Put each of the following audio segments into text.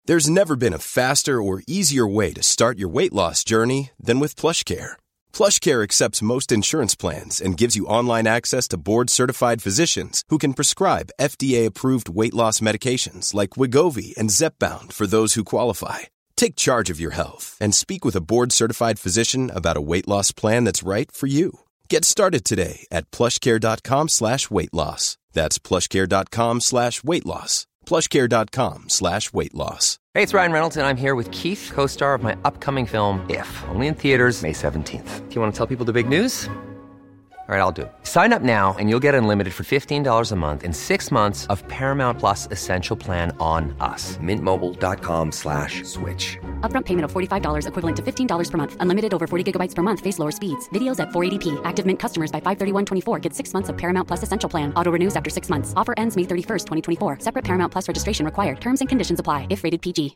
There's never been a faster or easier way to start your weight loss journey than with PlushCare. PlushCare accepts most insurance plans and gives you online access to board-certified physicians who can prescribe FDA-approved weight loss medications like Wegovy and Zepbound for those who qualify. Take charge of your health and speak with a board-certified physician about a weight loss plan that's right for you. Get started today at plushcare.com/weightloss. That's plushcare.com/weightloss. plushcare.com/weightloss. Hey, it's Ryan Reynolds, and I'm here with Keith, co-star of my upcoming film, If, only in theaters May 17th. Do you want to tell people the big news? All right, I'll do it. Sign up now and you'll get unlimited for $15 a month and 6 months of Paramount Plus Essential Plan on us. MintMobile.com/switch. Upfront payment of $45 equivalent to $15 per month. Unlimited over 40 gigabytes per month. Face lower speeds. Videos at 480p. Active Mint customers by 531.24 get 6 months of Paramount Plus Essential Plan. Auto renews after 6 months. Offer ends May 31st, 2024. Separate Paramount Plus registration required. Terms and conditions apply if rated PG.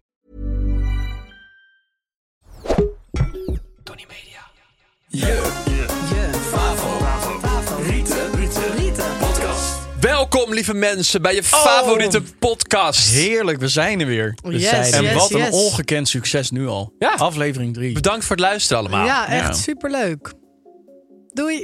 Tony Media. Favoriete podcast. Welkom, lieve mensen, bij je favoriete podcast. Heerlijk, we zijn er weer. En wat een ongekend succes nu al. Ja. Aflevering 3. Bedankt voor het luisteren allemaal. Ja, echt superleuk. Doei.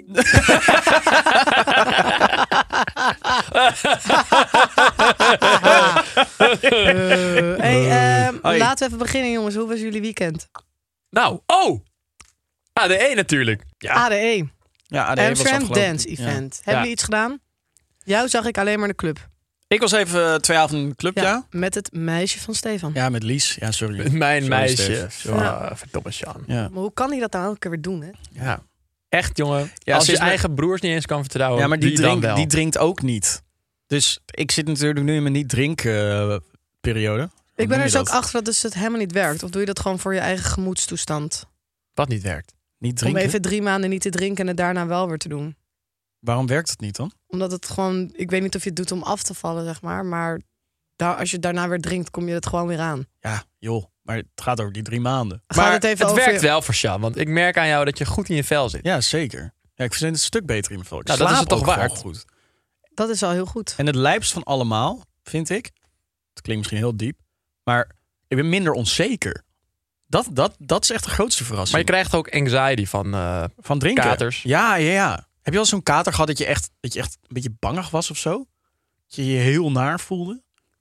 Laten we even beginnen, jongens. Hoe was jullie weekend? Nou, ADE natuurlijk. Ja. ADE. Ja, ADE was Amsterdam afgelopen. Dance Event. Hebben jullie iets gedaan? Jou zag ik alleen maar in de club. Ik was even 2 avonden in de club, ja. Met het meisje van Stefan. Ja, met Lies. Ja, sorry. Met mijn Sorry, meisje. Stef. Verdomme, Sjaan. Ja. Maar hoe kan hij dat nou elke keer weer doen, hè? Ja. Echt, jongen. Ja, als ze je is met- eigen broers niet eens kan vertrouwen. Ja, maar wie dan wel? die drinkt ook niet. Dus ik zit natuurlijk nu in mijn niet-drink-periode. Ik ben er dus ook achter dat dus het helemaal niet werkt. Of doe je dat gewoon voor je eigen gemoedstoestand? Wat niet werkt. Niet Om drinken? even 3 maanden niet te drinken en het daarna wel weer te doen. Waarom werkt het niet dan? Omdat het gewoon... Ik weet niet of je het doet om af te vallen, zeg maar. Maar als je daarna weer drinkt, kom je het gewoon weer aan. Ja, joh. Maar het gaat over die 3 maanden. Gaat Maar het even over werkt wel voor Sjaan. Want ik merk aan jou dat je goed in je vel zit. Ja, zeker. Ja, ik vind het een stuk beter in mijn vel. Ik Nou, dat is slaap het toch ook gewoon waard? goed. Dat is al heel goed. En het lijpst van allemaal, vind ik... Het klinkt misschien heel diep. Maar ik ben minder onzeker. Dat is echt de grootste verrassing. Maar je krijgt ook anxiety van drinken. katers. Ja. Heb je al zo'n kater gehad dat je echt een beetje bangig was of zo? Dat je je heel naar voelde?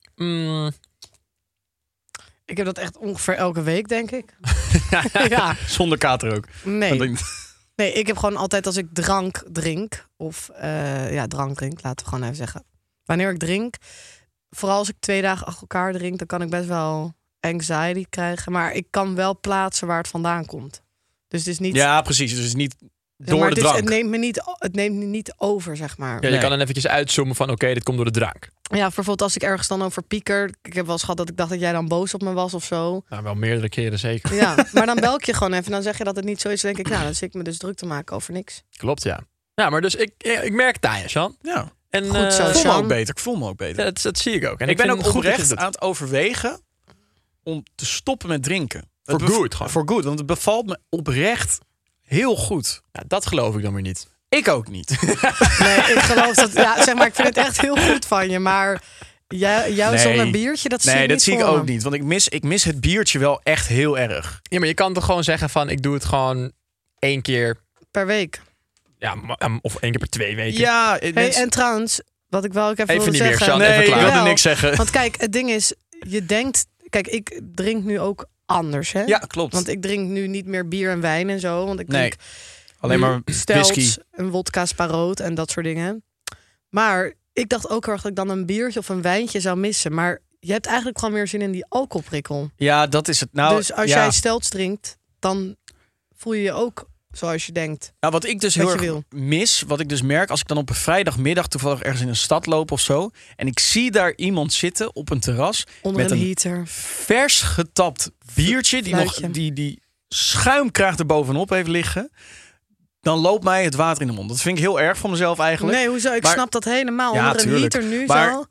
Ik heb dat echt ongeveer elke week, denk ik. Ja. Zonder kater ook. Nee, ik heb gewoon altijd als ik drank drink... Of drank drink, laten we gewoon even zeggen. Wanneer ik drink, vooral als ik 2 dagen achter elkaar drink... dan kan ik best wel anxiety krijgen. Maar ik kan wel plaatsen waar het vandaan komt. Dus het is niet... Ja, precies. Dus het is niet zeg door maar, de het is- drank. Het neemt me niet over, zeg maar. Ja, je kan dan eventjes uitzoomen van oké, dit komt door de drank. Ja, bijvoorbeeld als ik ergens dan over pieker... Ik heb wel eens gehad dat ik dacht dat jij dan boos op me was of zo. Nou, wel meerdere keren zeker. Ja, maar dan bel ik je gewoon even en dan zeg je dat het niet zo is. Dan denk ik, nou, dan zit ik me dus druk te maken over niks. Klopt, ja. Ja, maar dus ik merk het aan je, Sjaan. Ja. En, Goed zo, Ik voel me Sjaan. ook beter. Ik voel me ook beter. Ja, dat zie ik ook. En ik ben vind ook het goed dat je oprecht het aan het overwegen om te stoppen met drinken. For Het good gewoon. For good, want het bevalt me oprecht heel goed. doet. Ja, dat geloof ik dan weer niet. Ik ook niet. Nee, ik geloof dat... Ja, zeg maar, ik vind het echt heel goed van je. Maar jou Nee. zonder biertje, dat zie ik Nee, niet dat zie ik voor me. ook niet. Want ik mis het biertje wel echt heel erg. Ja, maar je kan toch gewoon zeggen van ik doe het gewoon 1 keer... Per week. Ja, of 1 keer per 2 weken. Ja, Hey, en trouwens, wat ik wel ook even Even wilde niet meer, zeggen... Sjaan, even nee, ik klaar. wilde Jawel. niks zeggen. Want kijk, het ding is, je denkt... Kijk, ik drink nu ook anders, hè? Ja, klopt. Want ik drink nu niet meer bier en wijn en zo. Want ik Nee, drink alleen maar Stelt, whisky. een wodka Sparoot en dat soort dingen. Maar ik dacht ook heel erg dat ik dan een biertje of een wijntje zou missen. Maar je hebt eigenlijk gewoon meer zin in die alcoholprikkel. Ja, dat is het. Nou, dus als jij Stelts drinkt, dan voel je je ook zoals je denkt. Nou, wat ik dus Wat heel je erg wil. mis, wat ik dus merk als ik dan op een vrijdagmiddag toevallig ergens in een stad loop of zo, en ik zie daar iemand zitten op een terras Onder met een een heater. vers getapt biertje die nog Fluitje. die schuimkraag er bovenop heeft liggen, dan loopt mij het water in de mond. Dat vind ik heel erg van mezelf eigenlijk. Nee, hoezo? Ik Maar- snap dat helemaal. Ja, Onder een tuurlijk. heater nu Maar zo.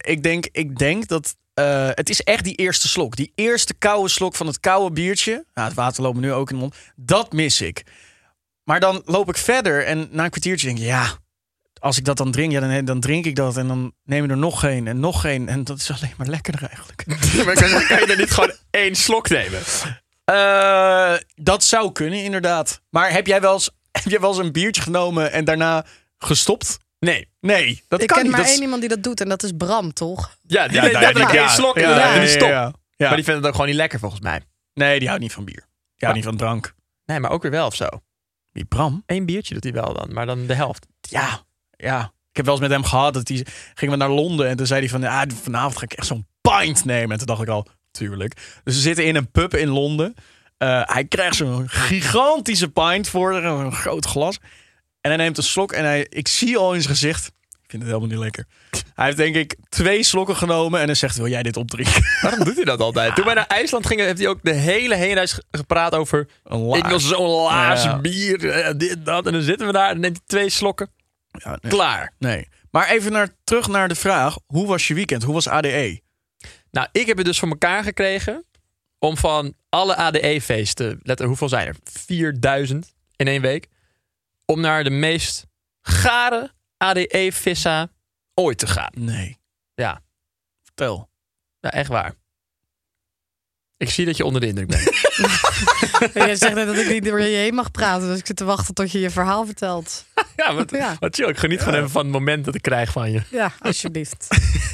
ik denk dat het is echt die eerste slok. Die eerste koude slok van het koude biertje. Nou, het water loopt me nu ook in de mond. Dat mis ik. Maar dan loop ik verder en na een kwartiertje denk ik, ja, als ik dat dan drink, dan drink ik dat en dan neem ik er nog geen en nog geen. En dat is alleen maar lekkerder eigenlijk. Maar kan je er niet gewoon 1 slok nemen? Dat zou kunnen, inderdaad. Maar heb jij wel eens een biertje genomen en daarna gestopt? Nee, dat Ik kan ken niet. maar Dat is- één iemand die dat doet en dat is Bram, toch? Ja, die neemt letterlijk 1 slok en die stop. Ja. Maar die vindt het ook gewoon niet lekker volgens mij. Nee, die houdt niet van bier. Die houdt niet van drank. Nee, maar ook weer wel of zo. Wie, Bram? 1 biertje doet hij wel dan, maar dan de helft. Ja. Ik heb wel eens met hem gehad dat hij gingen we naar Londen en toen zei hij van vanavond ga ik echt zo'n pint nemen. En toen dacht ik al, tuurlijk. Dus we zitten in een pub in Londen. Hij krijgt zo'n gigantische pint voor een groot glas. En hij neemt een slok en ik zie al in zijn gezicht. Ik vind het helemaal niet lekker. Hij heeft denk ik 2 slokken genomen en dan zegt wil jij dit opdrinken? Waarom doet hij dat altijd? Toen wij naar IJsland gingen, heeft hij ook de hele heenreis gepraat over... Een laag. Ik wil zo'n laars Ja. bier, dit, dat. En dan zitten we daar en dan neemt hij 2 slokken. Ja, nee. Klaar. Nee. Maar even terug naar de vraag. Hoe was je weekend? Hoe was ADE? Nou, ik heb het dus voor elkaar gekregen om van alle ADE-feesten... Hoeveel zijn er? 4000 in 1 week. Om naar de meest gare ADE-vissa ooit te gaan. Nee. Ja, Vertel. echt waar. Ik zie dat je onder de indruk bent. Je zegt net dat ik niet door je heen mag praten, dus ik zit te wachten tot je je verhaal vertelt. Ja, Ja. wat chill. Ik geniet gewoon even van het moment dat ik krijg van je. Ja, alsjeblieft.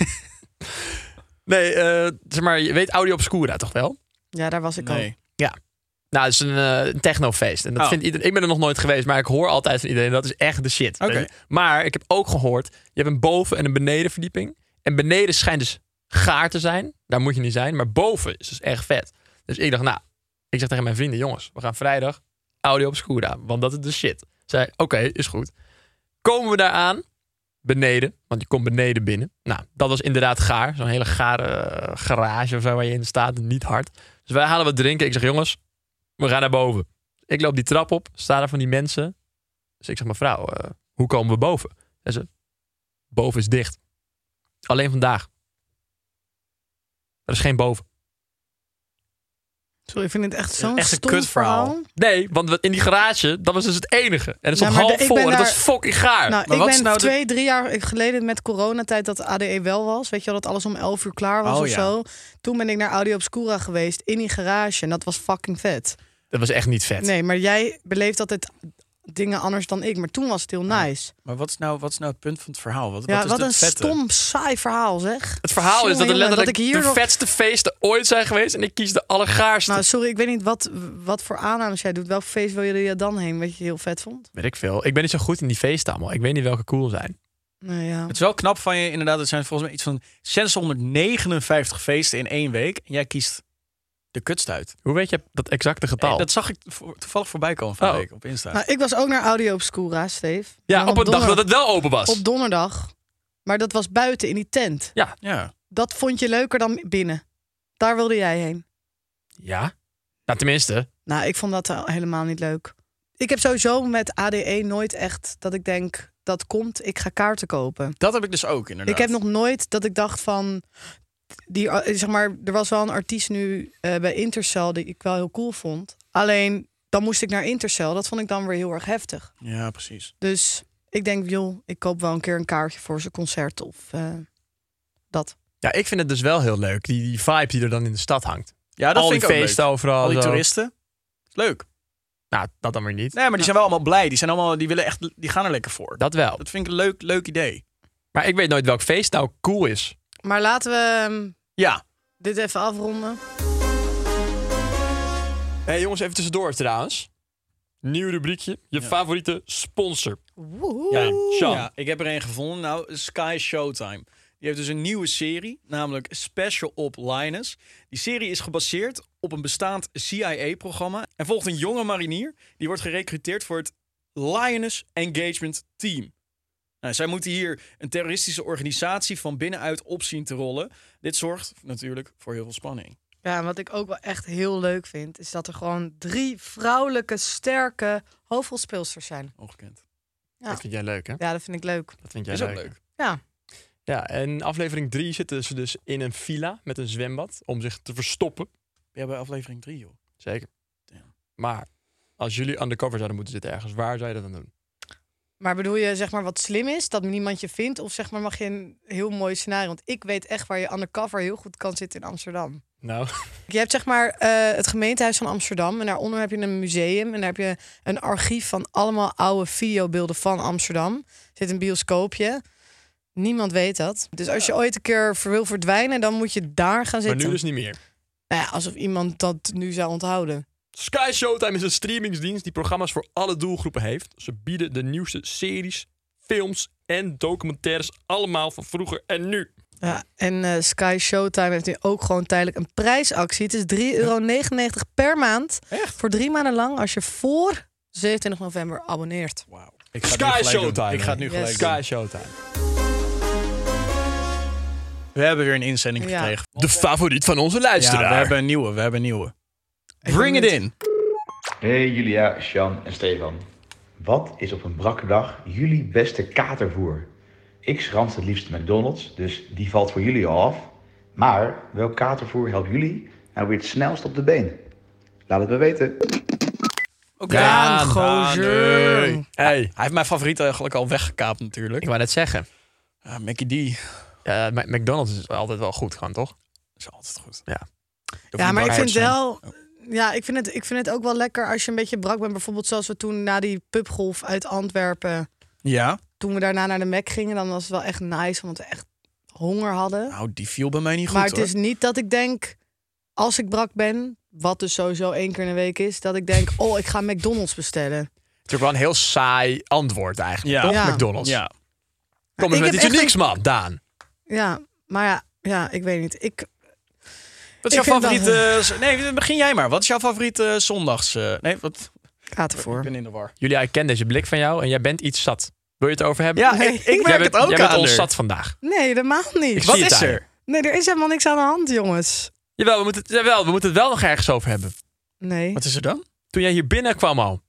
Nee, zeg maar, je weet Audio Obscura toch wel? Ja, daar was ik al. Nee. Nou, het is een technofeest. En dat vindt iedereen. Ik ben er nog nooit geweest, maar ik hoor altijd van iedereen dat is echt de shit. Oké. Weet je? Maar ik heb ook gehoord, je hebt een boven- en een benedenverdieping. En beneden schijnt dus gaar te zijn. Daar moet je niet zijn. Maar boven is dus echt vet. Dus ik dacht, ik zeg tegen mijn vrienden, jongens, we gaan vrijdag Audio Obscura, want dat is de shit. Zei, oké, is goed. Komen we daar aan, beneden, want je komt beneden binnen. Nou, dat was inderdaad gaar. Zo'n hele gare garage of zo waar je in staat, niet hard. Dus wij halen wat drinken. Ik zeg, jongens, we gaan naar boven. Ik loop die trap op, staan er van die mensen. Dus ik zeg, mevrouw, hoe komen we boven? En ze, boven is dicht. Alleen vandaag. Er is geen boven. Sorry, ik vind het echt zo'n Echt een stom kutverhaal. verhaal. Nee, want in die garage, dat was dus het enige. En dat Ja, stond maar half ik vol ben en dat daar- was fucking gaar. Nou, Maar ik wat is ben nou 2-3 jaar geleden met coronatijd dat ADE wel was. Weet je wel, dat alles om 11 uur klaar was Oh, of ja. zo. Toen ben ik naar Audio Obscura geweest in die garage. En dat was fucking vet. Dat was echt niet vet. Nee, maar jij beleeft altijd dingen anders dan ik. Maar toen was het heel nice. Maar wat is nou het punt van het verhaal? Wat Ja, is wat het een vette? stom, saai verhaal zeg. Het verhaal is dat er Jongen, letterlijk dat ik hier de nog- vetste feesten ooit zijn geweest. En ik kies de allergaarste. Nou, sorry, ik weet niet wat voor aannames jij doet. Welk feest wil je er dan heen? Wat je heel vet vond? Weet ik veel. Ik ben niet zo goed in die feesten allemaal. Ik weet niet welke cool zijn. Nou ja. Het is wel knap van je, inderdaad. Het zijn volgens mij iets van 659 feesten in 1 week. En jij kiest de kutst uit. Hoe weet je dat exacte getal? Dat zag ik toevallig voorbij komen van de Oh. week op Insta. Nou, ik was ook naar Audio Obscura, Steve. ja, En op dan een dag dat het wel open was. Op donderdag. Maar dat was buiten in die tent. Ja. Dat vond je leuker dan binnen. Daar wilde jij heen. Ja? Nou, tenminste. Nou, ik vond dat helemaal niet leuk. Ik heb sowieso met ADE nooit echt dat ik denk, dat komt, ik ga kaarten kopen. Dat heb ik dus ook, inderdaad. Ik heb nog nooit dat ik dacht van, zeg maar, er was wel een artiest nu bij Intercell die ik wel heel cool vond. Alleen, dan moest ik naar Intercell. Dat vond ik dan weer heel erg heftig. Ja, precies. Dus ik denk, joh, ik koop wel een keer een kaartje voor zijn concert of dat. Ja, ik vind het dus wel heel leuk. Die vibe die er dan in de stad hangt. Ja, dat Al vind die ik ook feesten leuk. overal. Al die zo. toeristen. Leuk. Nou, dat dan weer niet. Nee, maar die zijn wel allemaal blij. Die gaan er lekker voor. Dat wel. Dat vind ik een leuk idee. Maar ik weet nooit welk feest nou cool is. Maar laten we Ja. dit even afronden. Hey jongens, even tussendoor trouwens. Nieuw rubriekje. Je favoriete sponsor. Ja, Sean. ja, ik heb er een gevonden. Nou, Sky Showtime. Die heeft dus een nieuwe serie, namelijk Special Op Linus. Die serie is gebaseerd op een bestaand CIA-programma en volgt een jonge marinier die wordt gerekruteerd voor het Lioness Engagement Team. Nou, zij moeten hier een terroristische organisatie van binnenuit op zien te rollen. Dit zorgt natuurlijk voor heel veel spanning. Ja, en wat ik ook wel echt heel leuk vind, is dat er gewoon 3 vrouwelijke, sterke hoofdrolspeelsters zijn. Ongekend. Ja. Dat vind jij leuk, hè? Ja, dat vind ik leuk. Dat vind jij Is ook leuk. leuk. Ja. Ja, en aflevering 3 zitten ze dus in een villa met een zwembad om zich te verstoppen. Ja, bij aflevering 3, joh. Zeker. Ja. Maar als jullie undercover zouden moeten zitten ergens, waar zou je dat dan doen? Maar bedoel je zeg maar wat slim is, dat niemand je vindt? Of zeg maar mag je een heel mooi scenario? Want ik weet echt waar je undercover heel goed kan zitten in Amsterdam. Nou, Je hebt zeg maar het gemeentehuis van Amsterdam. En daaronder heb je een museum. En daar heb je een archief van allemaal oude videobeelden van Amsterdam. Er zit een bioscoopje. Niemand weet dat. Dus als je ooit een keer wil verdwijnen, dan moet je daar gaan maar zitten. nu dus niet meer. Nou ja, alsof iemand dat nu zou onthouden. Sky Showtime is een streamingsdienst die programma's voor alle doelgroepen heeft. Ze bieden de nieuwste series, films en documentaires allemaal van vroeger en nu. Ja, en Sky Showtime heeft nu ook gewoon tijdelijk een prijsactie. Het is €3,99 per maand. Echt? Voor 3 maanden lang als je voor 27 november abonneert. Wauw. Sky Showtime. Ik ga het nu gelijk Yes. doen. Sky Showtime. We hebben weer een inzending Ja. gekregen. De favoriet van onze luisteraar. Ja, we hebben een nieuwe. Ik Bring ben it benieuwd. in. Hey Julia, Sjan en Stefan. Wat is op een brakke dag jullie beste katervoer? Ik schrans het liefst McDonald's, dus die valt voor jullie al af. Maar welk katervoer helpt jullie nou weer het snelst op de been? Laat het me weten. Oké. Daan Gozer. Hey. Hij heeft mijn favoriet eigenlijk al weggekaapt natuurlijk. Ik wou net zeggen. Ja, Mackie D. McDonald's is altijd wel goed gewoon, toch? Is altijd goed. Ja. Ja, maar ik vind wel... Ja, ik vind het ook wel lekker als je een beetje brak bent. Bijvoorbeeld zoals we toen na die pubgolf uit Antwerpen... Ja? Toen we daarna naar de Mac gingen, dan was het wel echt nice. Omdat we echt honger hadden. Nou, die viel bij mij niet goed, maar het hoor. is niet dat ik denk... Als ik brak ben, wat dus sowieso 1 keer in de week is... dat ik denk, ik ga McDonald's bestellen. Het is ook wel een heel saai antwoord eigenlijk, Ja. toch? Ja. McDonald's. Ja. Kom eens Ik met heb iets echt unieks, man, Daan. Ja, maar ja, ik weet niet. Wat is Ik jouw vind favoriete... Nee, begin jij maar. Wat is jouw favoriete zondags... Nee, wat... Gaat ervoor. Ik ben in de war. Julia, ik ken deze blik van jou en jij bent iets zat. Wil je het over hebben? Ja, Nee. ik Jij merk bent, het ook jij bent aan ons haar. zat vandaag. Nee, helemaal niet. zie Wat het is aan je. er? Nee, er is helemaal niks aan de hand, jongens. Jawel, we moeten het wel nog ergens over hebben. Nee. Wat is er dan? Toen jij hier binnenkwam al,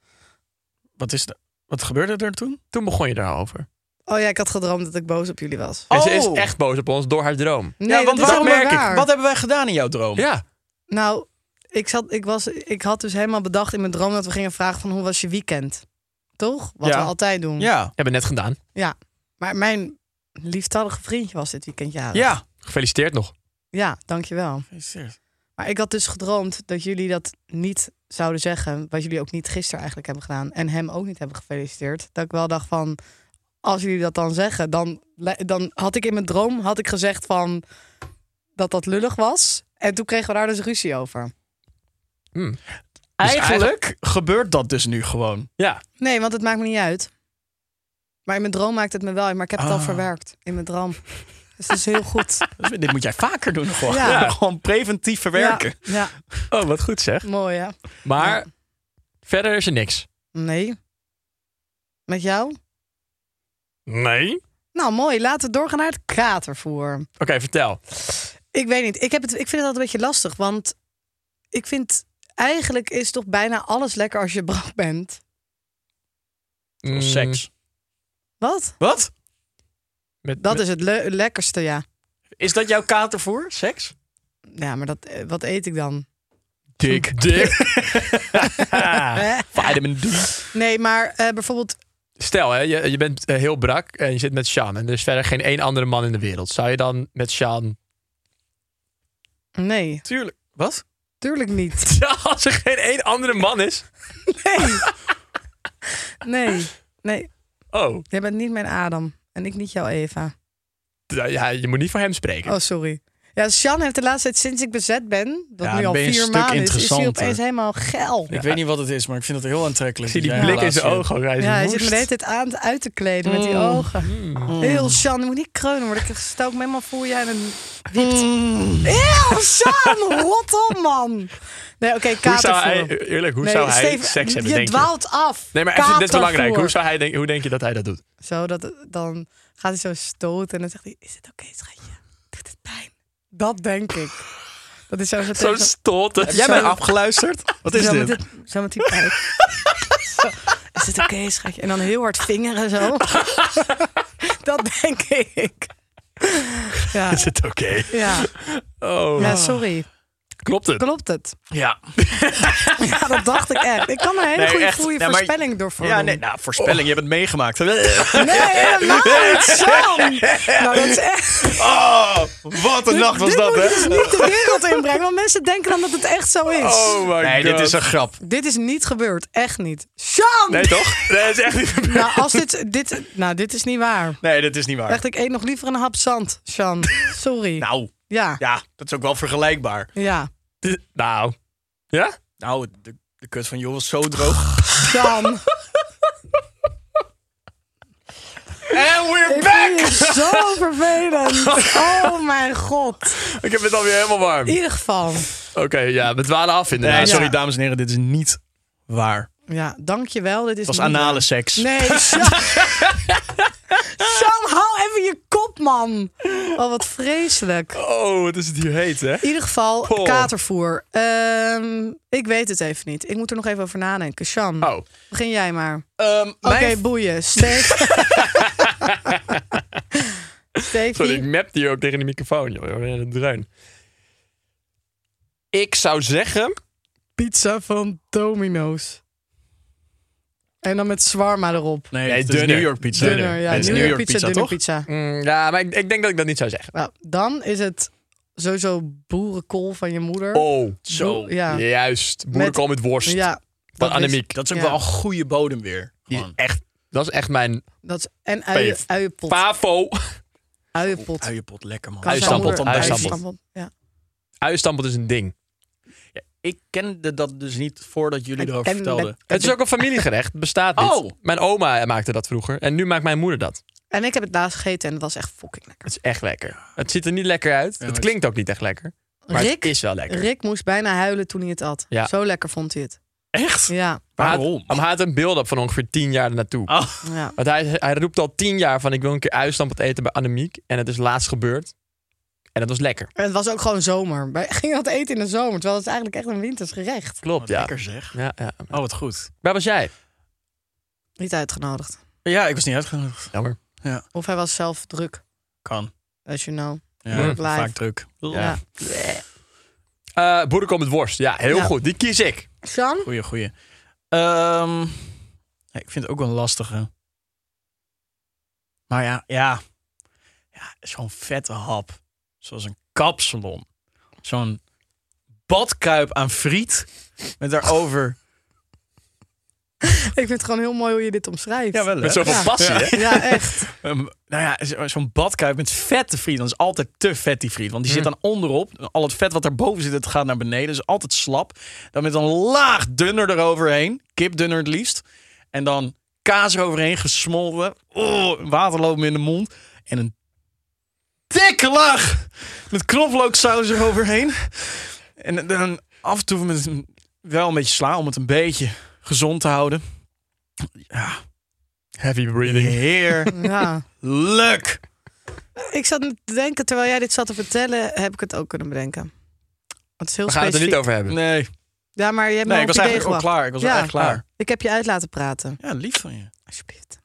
Wat gebeurde er toen? toen begon je daarover. Oh ja, ik had gedroomd dat ik boos op jullie was. En ze is Oh. echt boos op ons door haar droom. Nee, ja, want dat is wat helemaal merk waar. ik? Wat hebben wij gedaan in jouw droom? Ja, Nou, ik had dus helemaal bedacht in mijn droom dat we gingen vragen van hoe was je weekend? Toch? Wat Ja. we altijd doen. Ja. hebben net gedaan. Maar mijn lieftallige vriendje was dit weekend jarig. Ja. Gefeliciteerd nog. Ja, dankjewel. Maar ik had dus gedroomd dat jullie dat niet zouden zeggen. Wat jullie ook niet gisteren eigenlijk hebben gedaan. En hem ook niet hebben gefeliciteerd. Dat ik wel dacht van, als jullie dat dan zeggen, dan had ik in mijn droom gezegd van dat lullig was. En toen kregen we daar dus ruzie over. Eigenlijk gebeurt dat dus nu gewoon. Ja, Nee, want het maakt me niet uit. Maar in mijn droom maakt het me wel uit. Maar ik heb het al verwerkt in mijn droom. Dus dat is heel goed. Dus dit moet jij vaker doen. Gewoon, Ja. gewoon preventief verwerken. Ja, oh wat goed zeg. mooi hè. Maar Ja. verder is er niks. Nee. Met jou? Nee? Nou, mooi. Laten we doorgaan naar het katervoer. Oké, vertel. Ik weet niet. Ik vind het altijd een beetje lastig. Want ik vind eigenlijk is toch bijna alles lekker als je brak bent. Seks. Wat? Wat? Dat is het lekkerste, ja. Is dat jouw katervoer? Seks? Ja, maar wat eet ik dan? Dik. Vitamin D. Nee, maar bijvoorbeeld... Stel, hè, je bent heel brak en je zit met Sean. En er is verder geen één andere man in de wereld. Zou je dan met Sean... Nee, Tuurlijk. Wat? tuurlijk niet. Ja, als er geen één andere man is? Nee. Oh, Jij bent niet mijn Adam. En ik niet jouw Eva. ja, je moet niet voor hem spreken. Oh, sorry. Ja, Sjan heeft de laatste tijd sinds ik bezet ben, dat Ja, nu al ben je een 4 stuk maanden is hij interessanter. opeens helemaal geil. Ik weet niet wat het is, maar ik vind het heel aantrekkelijk. Ik zie die dat jij blik in zijn relatie ogen. Hij is Ja, hij zit woest. me de hele tijd aan uit te kleden met die ogen. Heel Sjan, je moet niet kreunen worden. Ik stel me helemaal voor jij een wiept. Heel Sjan, rot op man. Nee, oké, Hoe zou hij, katervoer. eerlijk, hoe Nee, zou hij Steven, seks hebben, je denk je? dwaalt af. Nee, maar even, dit is belangrijk. Katervoer. Hoe denk je dat hij dat doet? Zo, dan gaat hij zo stoten en dan zegt hij, is het oké, schatje? Doet het pijn? Dat denk ik. Dat is zo Zo'n stoten. Heb jij mij afgeluisterd? Wat is zo dit? Met zo met die pijp. Zo, is het oké, schatje? En dan heel hard vingeren zo. Dat denk ik. Ja, Is het oké? ja. Oh. Ja, sorry. Klopt het? Klopt het? Ja. Ja, dat dacht ik echt. Ik kan een hele goede voorspelling door Ja, nee, nou, voorspelling. Je hebt het meegemaakt. Nee, helemaal niet, Sam. Nou, dat is echt... Oh, wat een nacht was dat, Dit hè? moet je dus niet de wereld inbrengen, want mensen denken dan dat het echt zo is. Oh my Nee, god. dit is een grap. Dit is niet gebeurd. Echt niet. Sam! Nee, toch? Nee, het is echt niet gebeurd. Nou, als dit is niet waar. Nee, dit is niet waar. Echt, ik eet nog liever een hap zand, Sean. Sorry. Nou, Ja. ja, dat is ook wel vergelijkbaar. Ja. Nou. Ja? Nou, de kut van Joel was zo droog. Sean. And we're Ik back! vind je zo vervelend. Oh mijn god. Ik heb het alweer helemaal warm. In ieder geval. Oké, ja, we dwalen af inderdaad. Nee, sorry Ja. dames en heren, dit is niet waar. Ja, dankjewel. Dit is Het was niet anale waar. seks. Nee, Sam. Sam, hou even je kop, man. Oh, wat vreselijk. Oh, wat is het hier heet, hè? In ieder geval, Poh. katervoer. Ik weet het even niet. Ik moet er nog even over nadenken. Sean, Oh. begin jij maar. Mijn Oké, boeien. Steve. Sorry, ik Stevie. mapte hier ook tegen de microfoon, joh. Een dreun. Ik zou zeggen... Pizza van Domino's. En dan met shawarma erop. Nee, Nee, het is dunner. New York pizza. Dunner, ja. Het is New York pizza, dunner toch? pizza. Ja, maar ik denk dat ik dat niet zou zeggen. Nou, dan is het sowieso boerenkool van je moeder. Oh, Zo. Ja. juist. Boerenkool met worst. Ja. Van dat is- Annemiek. Dat is ook Ja. wel een goede bodem weer. Die Gewoon. echt, dat is echt mijn Dat is, en Peef. uienpot. Pavo. Uienpot. Uienpot, lekker man. Kan zijn Uienstampot, moeder- uienstampot. Ja. Uienstampot is een ding. Ik kende dat dus niet voordat jullie Ik erover ken vertelden. dat- Het is ook een familiegerecht. Het bestaat niet. Oh. Mijn oma maakte dat vroeger. En nu maakt mijn moeder dat. En ik heb het laatst gegeten en het was echt fucking lekker. Het is echt lekker. Het ziet er niet lekker uit. maar Het het- klinkt ook niet echt lekker. Maar Rick, het is wel lekker. Rick moest bijna huilen toen hij het at. Ja. Zo lekker vond hij het. Echt? Ja. Waarom? Maar hij had een beeld op van ongeveer 10 jaar ernaartoe. Oh, Ja. Want hij roept al 10 jaar van ik wil een keer uienstampot eten bij Annemiek. En het is laatst gebeurd. En dat was lekker. En het was ook gewoon zomer. Wij gingen dat eten in de zomer, terwijl het is eigenlijk echt een winters gerecht. Klopt, wat ja. lekker zeg. Ja, ja. Oh, wat goed. Waar was jij? Niet uitgenodigd. Ja, ik was niet uitgenodigd. Jammer. Of hij was zelf druk, Kan. as you know. Ja, Live. vaak druk. Ja. Boerenkool met worst. Ja, heel Ja. goed. Die kies ik. Sean? Goeie. Ik vind het ook wel een lastige. Maar ja, zo'n vette hap. Zoals een kapsalon. Zo'n badkuip aan friet. Met daarover... Ik vind het gewoon heel mooi hoe je dit omschrijft. Ja, wel hè? Met zoveel Ja. passie, hè? Ja, echt. Nou ja, zo'n badkuip met vette friet. Dan is altijd te vet die friet. Want die zit dan onderop. Al het vet wat daarboven zit, het gaat naar beneden. Dus altijd slap. Dan met een laag dunner eroverheen. Kipdunner het liefst. En dan kaas eroverheen gesmolten. Oh, water loopt me in de mond. En een dikke laag met knoflooksaus eroverheen. En dan af en toe met wel een beetje sla om het een beetje gezond te houden. Ja, Heavy breathing. heerlijk. Ja. Ik zat te denken, terwijl jij dit zat te vertellen, heb ik het ook kunnen bedenken. Het is heel We gaan het er specifiek. niet over hebben. Nee, Ja, maar je hebt me ik op was idee eigenlijk al gebracht. klaar. Ik was Ja. eigenlijk klaar. Ik heb je uit laten praten. Ja, lief van je. Alsjeblieft.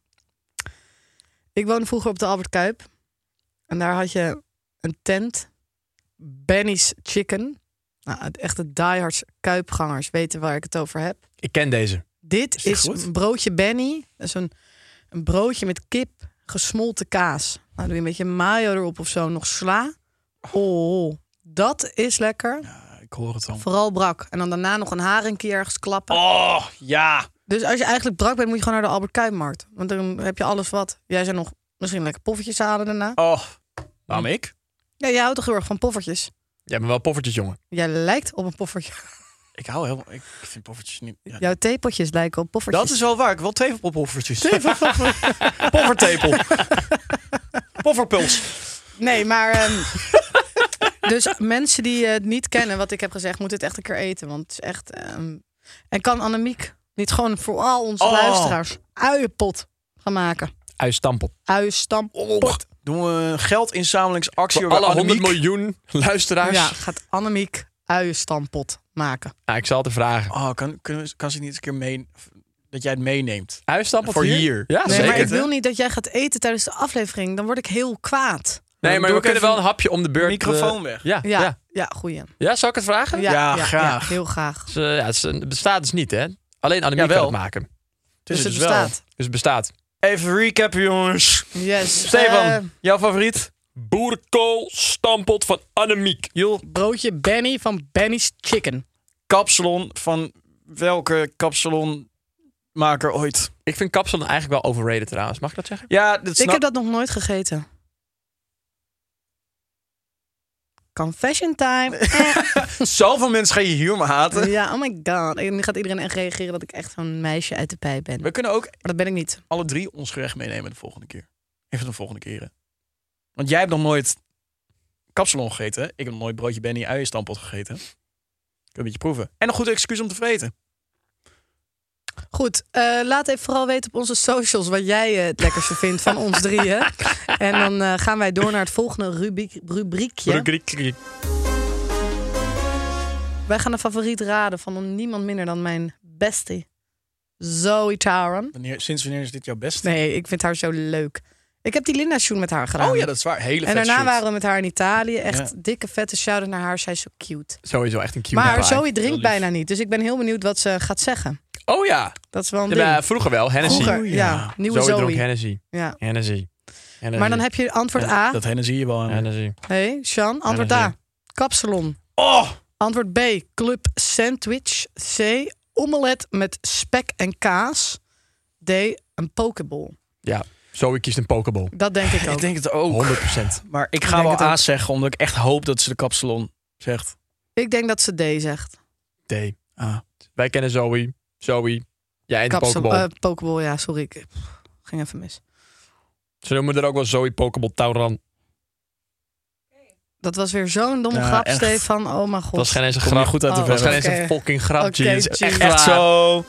Ik woonde vroeger op de Albert Kuip. En daar had je een tent. Benny's Chicken. Nou, het echte diehards kuipgangers weten waar ik het over heb. Ik ken deze. Dit Is die is goed? een broodje Benny. Dat is een broodje met kip, gesmolten kaas. Nou, doe je een beetje mayo erop of zo. Nog sla. Oh, dat is lekker. Ik hoor het al. Vooral brak. En dan daarna nog een haringje ergens klappen. Oh, ja. Dus als je eigenlijk brak bent, moet je gewoon naar de Albert Kuipmarkt. Want dan heb je alles wat. Jij zou nog misschien lekker poffertjes halen daarna. Oh, waarom ik? Ja, jij houdt toch heel erg van poffertjes? Jij bent wel poffertjes, jongen. Jij lijkt op een poffertje. Ik hou heel... Ik vind poffertjes niet... Ja. Jouw theepotjes lijken op poffertjes. Dat is wel waar. Ik heb wel 2 poffertjes. Poffertepel. Pofferpuls. Nee, maar... dus mensen die het niet kennen, wat ik heb gezegd, moeten het echt een keer eten. Want het is echt... En kan Annemiek niet gewoon voor al onze luisteraars uienpot gaan maken? Uienstampot. Uienstampot. Doen we een geldinzamelingsactie Voor over alle 100 Annemiek? miljoen luisteraars. Ja, gaat Annemiek uienstampot maken. Nou, ik zal het vragen. Oh, kan ze niet eens een keer mee... Dat jij het meeneemt? Uienstampot Voor hier. Ja, Nee, zeker. maar ik wil niet dat jij gaat eten tijdens de aflevering. Dan word ik heel kwaad. Nee, maar doe we ik kunnen even wel een hapje om de beurt. microfoon weg. Ja, ja. Ja, goeie. Ja, zou ik het vragen? Ja, graag. Ja, heel graag. Het bestaat dus niet, hè? Alleen Annemiek kan Jawel. het maken. Dus het wel. bestaat. Dus het bestaat. Even recappen, jongens. Yes. Stefan, jouw favoriet? Boerenkool stampot van Annemiek. Joel, Broodje Benny van Benny's Chicken. kapsalon van welke kapsalonmaker ooit? Ik vind kapsalon eigenlijk wel overrated trouwens. Mag ik dat zeggen? Ja, dat Ik heb dat nog nooit gegeten. Confession time. Zoveel mensen gaan je hier maar haten. Ja, oh my god. En nu gaat iedereen echt reageren dat ik echt zo'n meisje uit de pijp ben. We Maar kunnen ook dat ben ik niet. alle 3 ons gerecht meenemen de volgende keer. Even de volgende keren. Want jij hebt nog nooit kapsalon gegeten. Hè? Ik heb nog nooit broodje Benny uienstampot gegeten. Kun je een beetje proeven. En een goed excuus om te vreten. Goed, laat even vooral weten op onze socials wat jij het lekkerste vindt van ons drieën. En dan gaan wij door naar het volgende rubriekje. Wij gaan een favoriet raden van niemand minder dan mijn bestie, Zoe Taran. Sinds wanneer is dit jouw beste? Nee, ik vind haar zo leuk. Ik heb die Linda-shoot met haar gedaan. Oh ja, dat is waar. Hele En vet daarna shoot. waren we met haar in Italië. Echt Ja. dikke vette shout-out naar haar. Zij is zo cute. Sowieso echt een cute Maar guy. Zoe drinkt lief. bijna niet. Dus ik ben heel benieuwd wat ze gaat zeggen. Oh ja. Dat is wel een Ja, ding. maar vroeger wel. Hennessy. Vroeger, ja. ja. Nieuwe Zoe Zoe. dronk Hennessy. Ja. Hennessy. Maar dan heb je antwoord A. Dat zie je wel aan. Hennessy. Hey, Sean. Antwoord A. Kapsalon. Oh! Antwoord B. Club Sandwich. C. Omelet met spek en kaas. D. Een pokeball. Ja. Zoe kiest een pokeball. Dat denk ik ook. Ik denk het ook. 100%. Maar ik Ik ga denk wel het A ook. zeggen, omdat ik echt hoop dat ze de kapsalon zegt. Ik denk dat ze D zegt. D. Ah. Wij kennen Zoe. Zoe. Jij en de Kapsel, pokeball. Pokeball, ja, sorry. Ik ging even mis. Ze noemen er ook wel Zoe Pokeball Tauran. Dat was weer zo'n domme Ja, grap, echt. Stefan. Oh mijn god. Dat was geen eens een Kom je grap. goed uit de Oh, Dat was verf. geen eens Oké. een fucking grap, Oké, G. Het is G. echt Echt waar. zo.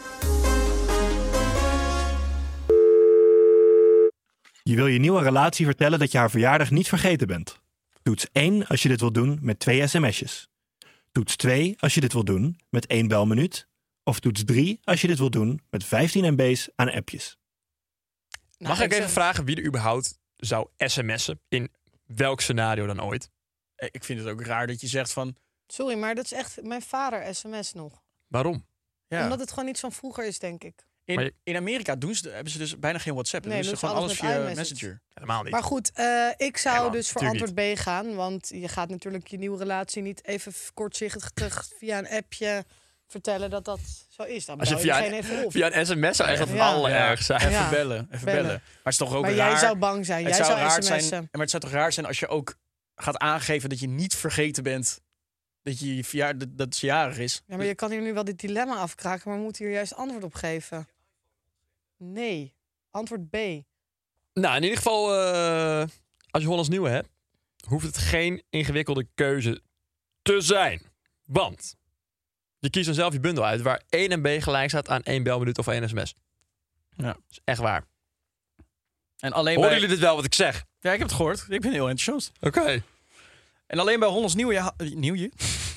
Je wil je nieuwe relatie vertellen dat je haar verjaardag niet vergeten bent. Toets 1 als je dit wilt doen met 2 sms'jes. Toets 2 als je dit wilt doen met 1 belminuut. Of toets 3 als je dit wilt doen met 15 MB's aan appjes. Mag ik even vragen wie er überhaupt zou sms'en? In welk scenario dan ooit? Ik vind het ook raar dat je zegt van... Sorry, maar dat is echt mijn vader sms nog. Waarom? Ja. Omdat het gewoon niet van vroeger is, denk ik. Maar je- In Amerika hebben ze dus bijna geen WhatsApp. Nee, Nee, dus dat ze is gewoon alles alles met via iMessage. Messenger. Helemaal niet. Maar goed, ik zou Nee, man, dus voor natuurlijk antwoord B gaan. Want je gaat natuurlijk je nieuwe relatie niet even kortzichtig via een appje vertellen dat dat zo is. Dan Als je bel je via diegene even op. Via een sms zou echt het Ja. allererg zijn. Even Ja. bellen. Even Bellen. bellen. Maar het is toch ook Maar raar. jij zou bang zijn. Het Jij zou raar sms'en. zijn. Maar het zou toch raar zijn als je ook gaat aangeven dat je niet vergeten bent dat dat ze jarig is. Ja, maar je kan hier nu wel dit dilemma afkraken, maar we moeten hier juist antwoord op geven. Nee. Antwoord B. Nou, in ieder geval, als je Hollands Nieuwe hebt, hoeft het geen ingewikkelde keuze te zijn. Want je kiest dan zelf je bundel uit waar 1 MB gelijk staat aan 1 belminuut of 1 sms. Ja. Dat is echt waar. En alleen Horen bij... jullie dit wel wat ik zeg? Ja, ik heb het gehoord. Ik ben heel enthousiast. Oké. En alleen bij Hollands Nieuwe... Nieuwje?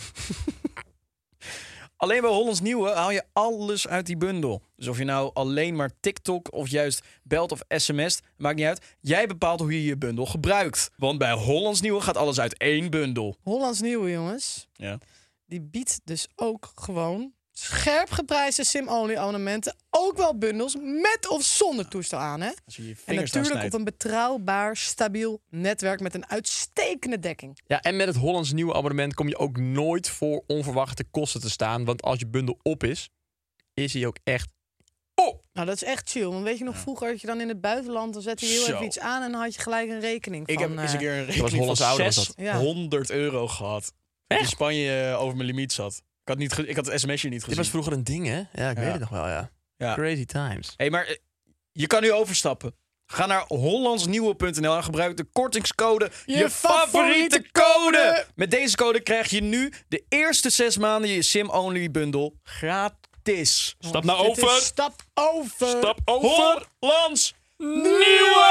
Alleen bij Hollands Nieuwe haal je alles uit die bundel. Dus of je nou alleen maar TikTok of juist belt of sms't, maakt niet uit. Jij bepaalt hoe je je bundel gebruikt. Want bij Hollands Nieuwe gaat alles uit 1 bundel. Hollands Nieuwe, jongens. Ja. Die biedt dus ook gewoon scherp geprijsde SIM-only abonnementen. Ook wel bundels met of zonder toestel aan, hè? Als je je En vingers daar natuurlijk op snijdt. een betrouwbaar, stabiel netwerk met een uitstekende dekking. Ja, en met het Hollands Nieuwe abonnement kom je ook nooit voor onverwachte kosten te staan. Want als je bundel op is hij ook echt op. Nou, dat is echt chill. Want weet je nog, vroeger had je dan in het buitenland, dan zette je heel Zo. even iets aan en dan had je gelijk een rekening Ik van... heb eens een keer een was rekening van Hollands ouder, was dat. 600 euro gehad. Die in Spanje over mijn limiet zat. Ik had het sms'je niet Dit gezien. was vroeger een ding, hè? Ja, ik weet het nog wel, ja. Ja. Crazy times. Hey, maar je kan nu overstappen. Ga naar hollandsnieuwe.nl en gebruik de kortingscode je favoriete code. Met deze code krijg je nu de eerste 6 maanden je SIM-only bundel gratis. Stap nou Dit is over. Stap over. Stap over. Hollands Nieuwe!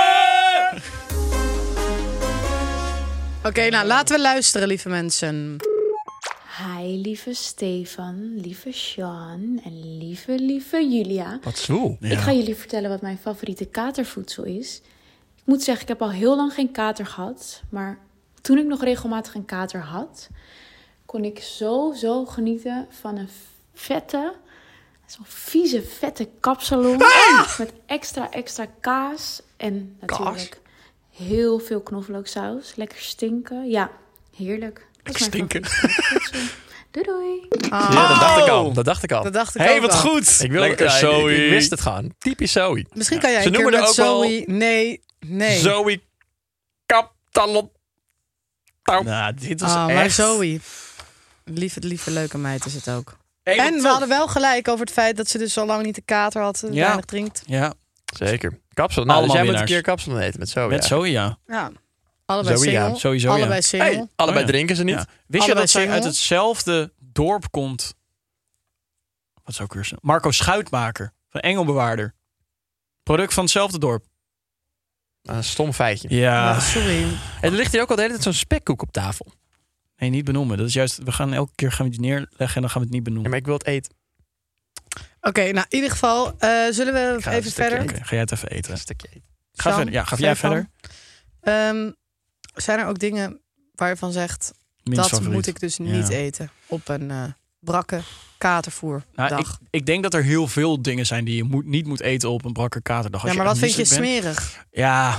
Oké, nou laten we luisteren, lieve mensen. Hi, lieve Stefan, lieve Sean en lieve Julia. Wat zwoel. Ik ga jullie vertellen wat mijn favoriete katervoedsel is. Ik moet zeggen, ik heb al heel lang geen kater gehad. Maar toen ik nog regelmatig een kater had, kon ik zo genieten van een zo'n vieze, vette kapsalon. Met extra kaas. En natuurlijk heel veel knoflooksaus. Lekker stinken. Ja, heerlijk. Lekker stinken. Doei. Ja, dat dacht ik al. Dat dacht ik al. Dat dacht ik Hé, ook wat al. goed. Ik, wil, Lekker Zoe. ik wist het gewoon. Typisch Zoe. Misschien kan jij Ze een keer noemen met er ook Zoe... Nee. Zoe Kaptalon. Nou, dit is Maar echt... Zoe. Lieve, leuke meid is het ook. Hey, En wat we hadden wel gelijk over het feit dat ze dus al lang niet de kater had. Weinig drinkt. Ja, Zeker. Kapsel. Nou, dus Allemaal jij moet een winnaars. keer kapsel eten met Zoe. met Zoe, ja. Ja. Allebei Zoe, ja. single. Sowieso, ja. Allebei single. Hey, Allebei Oh, ja. drinken ze niet. Ja. Wist je Allebei dat zij single? uit hetzelfde dorp komt? Wat zou ik weer zeggen? Marco Schuitmaker van Engelbewaarder. Product van hetzelfde dorp. Een stom feitje. Ja, sorry. En er ligt hier ook al de hele tijd zo'n spekkoek op tafel. Nee, niet benoemen. Dat is juist. We gaan elke keer gaan we het neerleggen en dan gaan we het niet Ja, benoemen. maar ik wil het eten. Oké, nou in ieder geval zullen we ga een even stukje verder. Oké, ga jij het even eten? Een stukje eten. Ga Sam, verder. Ja, ga jij Stefan. verder? Zijn er ook dingen waar je van zegt... Minst dat favoriet. moet ik dus niet Ja. eten op een brakke katervoerdag? Nou, ik denk dat er heel veel dingen zijn die je niet moet eten op een brakke katerdag. Als Ja, maar je wat echt vind je misselijk bent. smerig? Ja.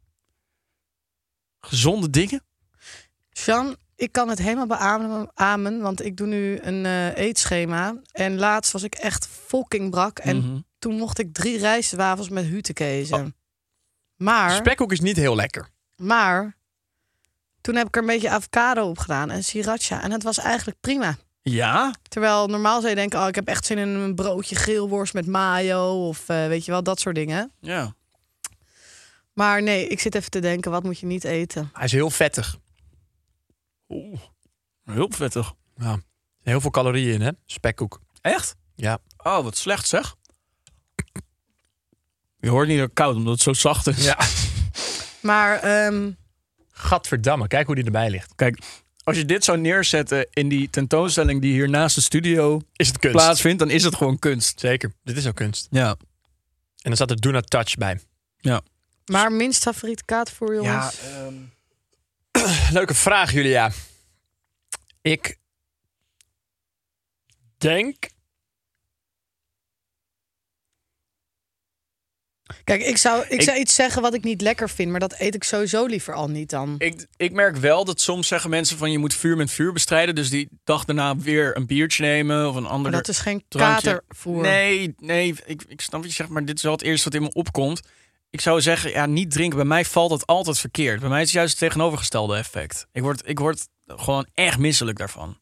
Gezonde dingen? Jean, ik kan het helemaal beamen, want ik doe nu een eetschema. En laatst was ik echt fucking brak. En Mhm. toen mocht ik 3 rijstwafels met hutekezen. Maar, Spekkoek is niet heel lekker. maar, toen heb ik er een beetje avocado op gedaan en sriracha. En het was eigenlijk prima. Ja? Terwijl normaal zou je denken, oh, ik heb echt zin in een broodje geelworst met mayo. Of weet je wel, dat soort dingen. Ja. Maar nee, ik zit even te denken, wat moet je niet eten? Hij is heel vettig. Oeh. Heel vettig. Ja. Heel veel calorieën in, hè? Spekkoek. Echt? Ja. Oh, wat slecht zeg. Je hoort niet dat het koud, omdat het zo zacht is. Ja. Maar Gadverdamme, kijk hoe die erbij ligt. Kijk, als je dit zou neerzetten in die tentoonstelling die hier naast de studio Is het kunst? plaatsvindt, dan is het gewoon kunst. Zeker. Dit is ook kunst. Ja. En dan staat er Do Not Touch bij. Maar minst favoriete katervoer, jongens? Leuke vraag, Julia. Ik denk... Kijk, ik zou iets zeggen wat ik niet lekker vind, maar dat eet ik sowieso liever al niet dan. Ik merk wel dat soms zeggen mensen van je moet vuur met vuur bestrijden. Dus die dag daarna weer een biertje nemen of een ander Maar dat is geen drankje. katervoer. Nee, ik snap wat je zegt, maar dit is wel het eerste wat in me opkomt. Ik zou zeggen, ja, niet drinken. Bij mij valt het altijd verkeerd. Bij mij is het juist het tegenovergestelde effect. Ik word gewoon echt misselijk daarvan.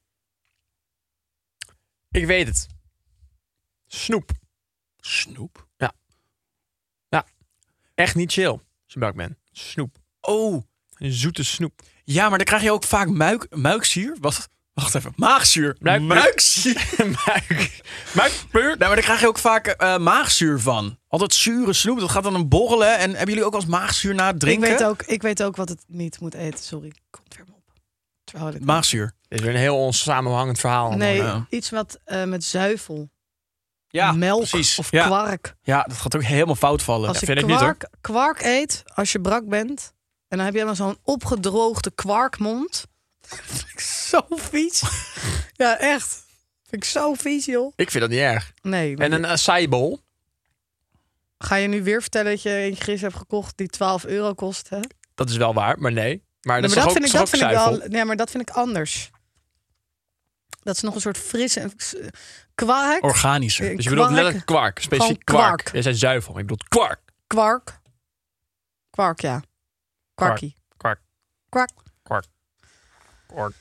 Ik weet het. Snoep. Snoep? Ja. Ja. Echt niet chill. Als je brak bent. Snoep. Oh. Een zoete snoep. Ja, maar dan krijg je ook vaak muikzuur. Wacht even. Maagzuur. Muikzuur. Muikzuur. Nou, maar daar krijg je ook vaak maagzuur van. Altijd zure snoep, dat gaat dan borrelen. En hebben jullie ook als maagzuur na het drinken? Ik weet ook wat het niet moet eten. Sorry, komt weer op. Terwijl ik... Maagzuur. Dit is weer een heel onsamenhangend verhaal. Nee, Ja. iets wat met zuivel. Ja, Melk precies. of Ja. kwark. Ja, dat gaat ook helemaal fout vallen. Als Ja, je vind ik niet, hoor. kwark eet, als je brak bent... en dan heb je helemaal zo'n opgedroogde kwarkmond. Vind ik zo vies. Ja, echt. Vind ik zo vies, joh. Ik vind dat niet erg. Nee. En een acai-bol. Ga je nu weer vertellen dat je eentje gisteren hebt gekocht die €12 kost, hè? Dat is wel waar, maar nee. Maar dat Nee, is maar toch ook, vind ik zuivel? wel. Nee, maar dat vind ik anders. Dat is nog een soort frisse kwark. Organischer. Dus je bedoelt letterlijk kwark. Specifiek Gewoon kwark. kwark. Jij zei zuivel. Ik bedoel kwark. Kwark, ja. Kwarkie. Kwark. Kwark. Kwark. Kwark.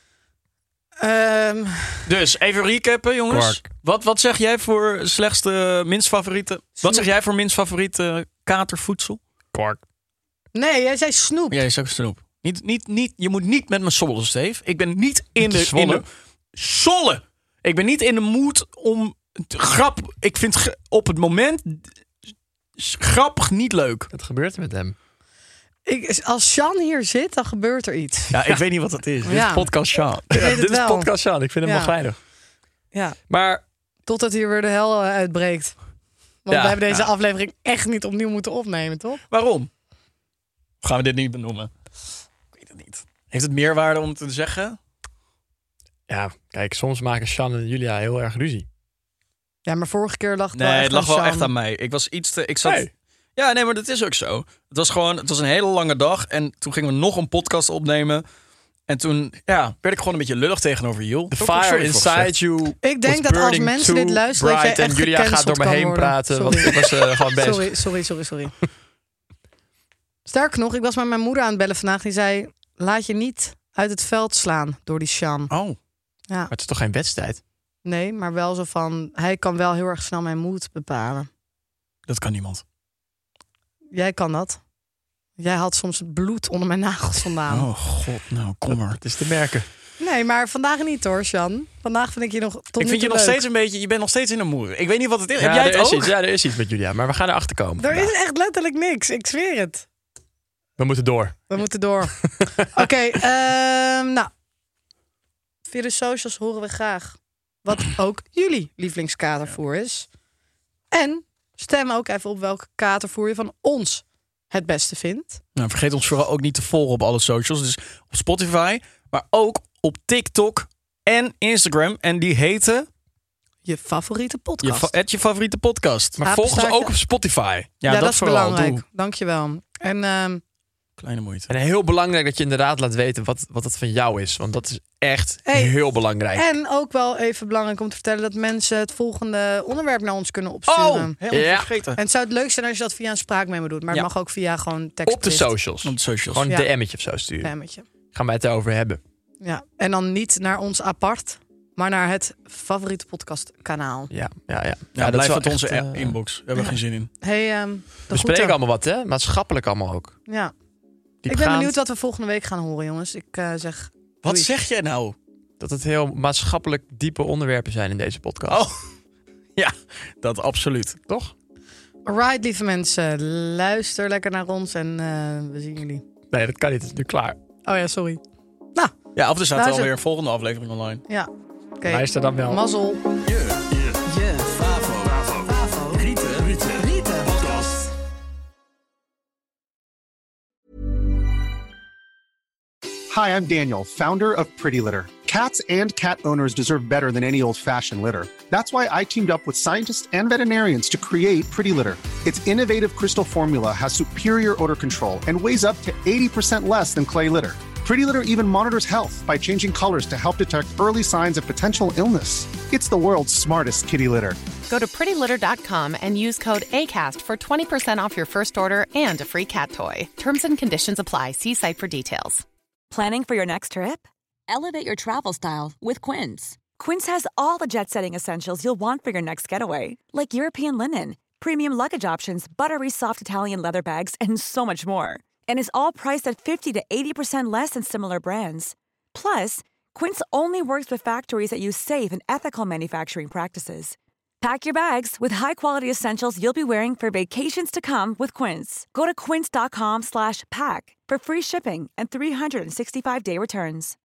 Dus even recappen, jongens. Kwark. Wat zeg jij voor slechtste, minst favoriete... Wat zeg jij voor minst favoriete katervoedsel? Kwark. Nee, jij zei snoep. Jij is ook snoep. Niet, je moet niet met me sollen, Steve. Ik ben niet in de... Zwollen? Sollen! Ik ben niet in de mood om... Grap. Ik vind op het moment... grappig niet leuk. Wat gebeurt er met hem? Als Sjan hier zit, dan gebeurt er iets. Ja, ik weet niet wat het is. Dit Ja. is podcast Sean. Ik weet het Dit is wel. podcast Sjaan. Ik vind hem Ja. wel geinig. Ja, Maar totdat hier weer de hel uitbreekt. Want Ja. we hebben deze aflevering echt niet opnieuw moeten opnemen, toch? Waarom? Of gaan we dit niet benoemen? Ik weet het niet. Heeft het meerwaarde om te zeggen? Ja, kijk, soms maken Sjan en Julia heel erg ruzie. Ja, maar vorige keer lag het Nee, wel echt het lag aan wel Sjan. echt aan mij. Ik was iets te... Ik zat... Hey. Ja, nee, maar dat is ook zo. Het was een hele lange dag. En toen gingen we nog een podcast opnemen. En toen werd ik gewoon een beetje lullig tegenover Jill. The fire inside you. Ik denk was dat als burning mensen too dit luisteren, dat bright jij en echt Julia gaat door gecanceld me kan heen worden. praten. Sorry. Want ik was gewoon bezig. Sorry. Sterker nog, ik was met mijn moeder aan het bellen vandaag. Die zei, laat je niet uit het veld slaan door die Sjan. Oh. Ja. Maar het is toch geen wedstrijd? Nee, maar wel zo van, hij kan wel heel erg snel mijn moed bepalen. Dat kan niemand. Jij kan dat. Jij haalt soms het bloed onder mijn nagels vandaan. Oh god, nou kom maar. Het is te merken. Nee, maar vandaag niet hoor, Sjan. Vandaag vind ik je nog tot Ik nu vind je toe nog leuk. steeds een beetje... Je bent nog steeds in een moer. Ik weet niet wat het is. Ja, Heb jij het er is ook? iets, er is iets met Julia, maar we gaan erachter komen. Er vandaag. is echt letterlijk niks, ik zweer het. We moeten door. We moeten door. Oké, nou. Via de socials horen we graag wat ook jullie lievelingskatervoer is. En stem ook even op welke katervoer je van ons het beste vindt. Nou, vergeet ons vooral ook niet te volgen op alle socials. Dus op Spotify, maar ook op TikTok en Instagram. En die heten Je favoriete podcast. je favoriete podcast. Maar volg ons Apenstaartje. ook op Spotify. Ja, dat is vooral. belangrijk. Doe. Dankjewel. En Kleine moeite. En heel belangrijk dat je inderdaad laat weten wat het van jou is. Want dat is echt Hey. heel belangrijk. En ook wel even belangrijk om te vertellen dat mensen het volgende onderwerp naar ons kunnen opsturen. helemaal Ja. vergeten. En het zou het leuk zijn als je dat via een spraakmemo doet. Maar Ja. het mag ook via gewoon tekst. Op de socials. Op de socials. Gewoon Ja. een DM'tje of zo sturen. Spammetje. Gaan wij het erover hebben. Ja. En dan niet naar ons apart, maar naar het favoriete podcastkanaal. Ja. Ja, dat blijf is uit wel onze echt, inbox. We hebben geen zin in. Hey, we spreken allemaal wat, hè? Maatschappelijk allemaal ook. Ja. Ik ben Diepgaand. benieuwd wat we volgende week gaan horen, jongens. Ik zeg. Wat doei. zeg jij nou? Dat het heel maatschappelijk diepe onderwerpen zijn in deze podcast. Oh, ja, dat absoluut. Toch? Alright, lieve mensen. Luister lekker naar ons en we zien jullie. Nee, dat kan niet. Het is nu klaar. Oh ja, sorry. Ja, of er staat Nou, alweer ze- een volgende aflevering online. Ja. Oké. Luister dan wel. Mazzel. Hi, I'm Daniel, founder of Pretty Litter. Cats and cat owners deserve better than any old-fashioned litter. That's why I teamed up with scientists and veterinarians to create Pretty Litter. Its innovative crystal formula has superior odor control and weighs up to 80% less than clay litter. Pretty Litter even monitors health by changing colors to help detect early signs of potential illness. It's the world's smartest kitty litter. Go to prettylitter.com and use code ACAST for 20% off your first order and a free cat toy. Terms and conditions apply. See site for details. Planning for your next trip? Elevate your travel style with Quince. Quince has all the jet-setting essentials you'll want for your next getaway, like European linen, premium luggage options, buttery soft Italian leather bags, and so much more. And is all priced at 50 to 80% less than similar brands. Plus, Quince only works with factories that use safe and ethical manufacturing practices. Pack your bags with high-quality essentials you'll be wearing for vacations to come with Quince. Go to quince.com/pack for free shipping and 365-day returns.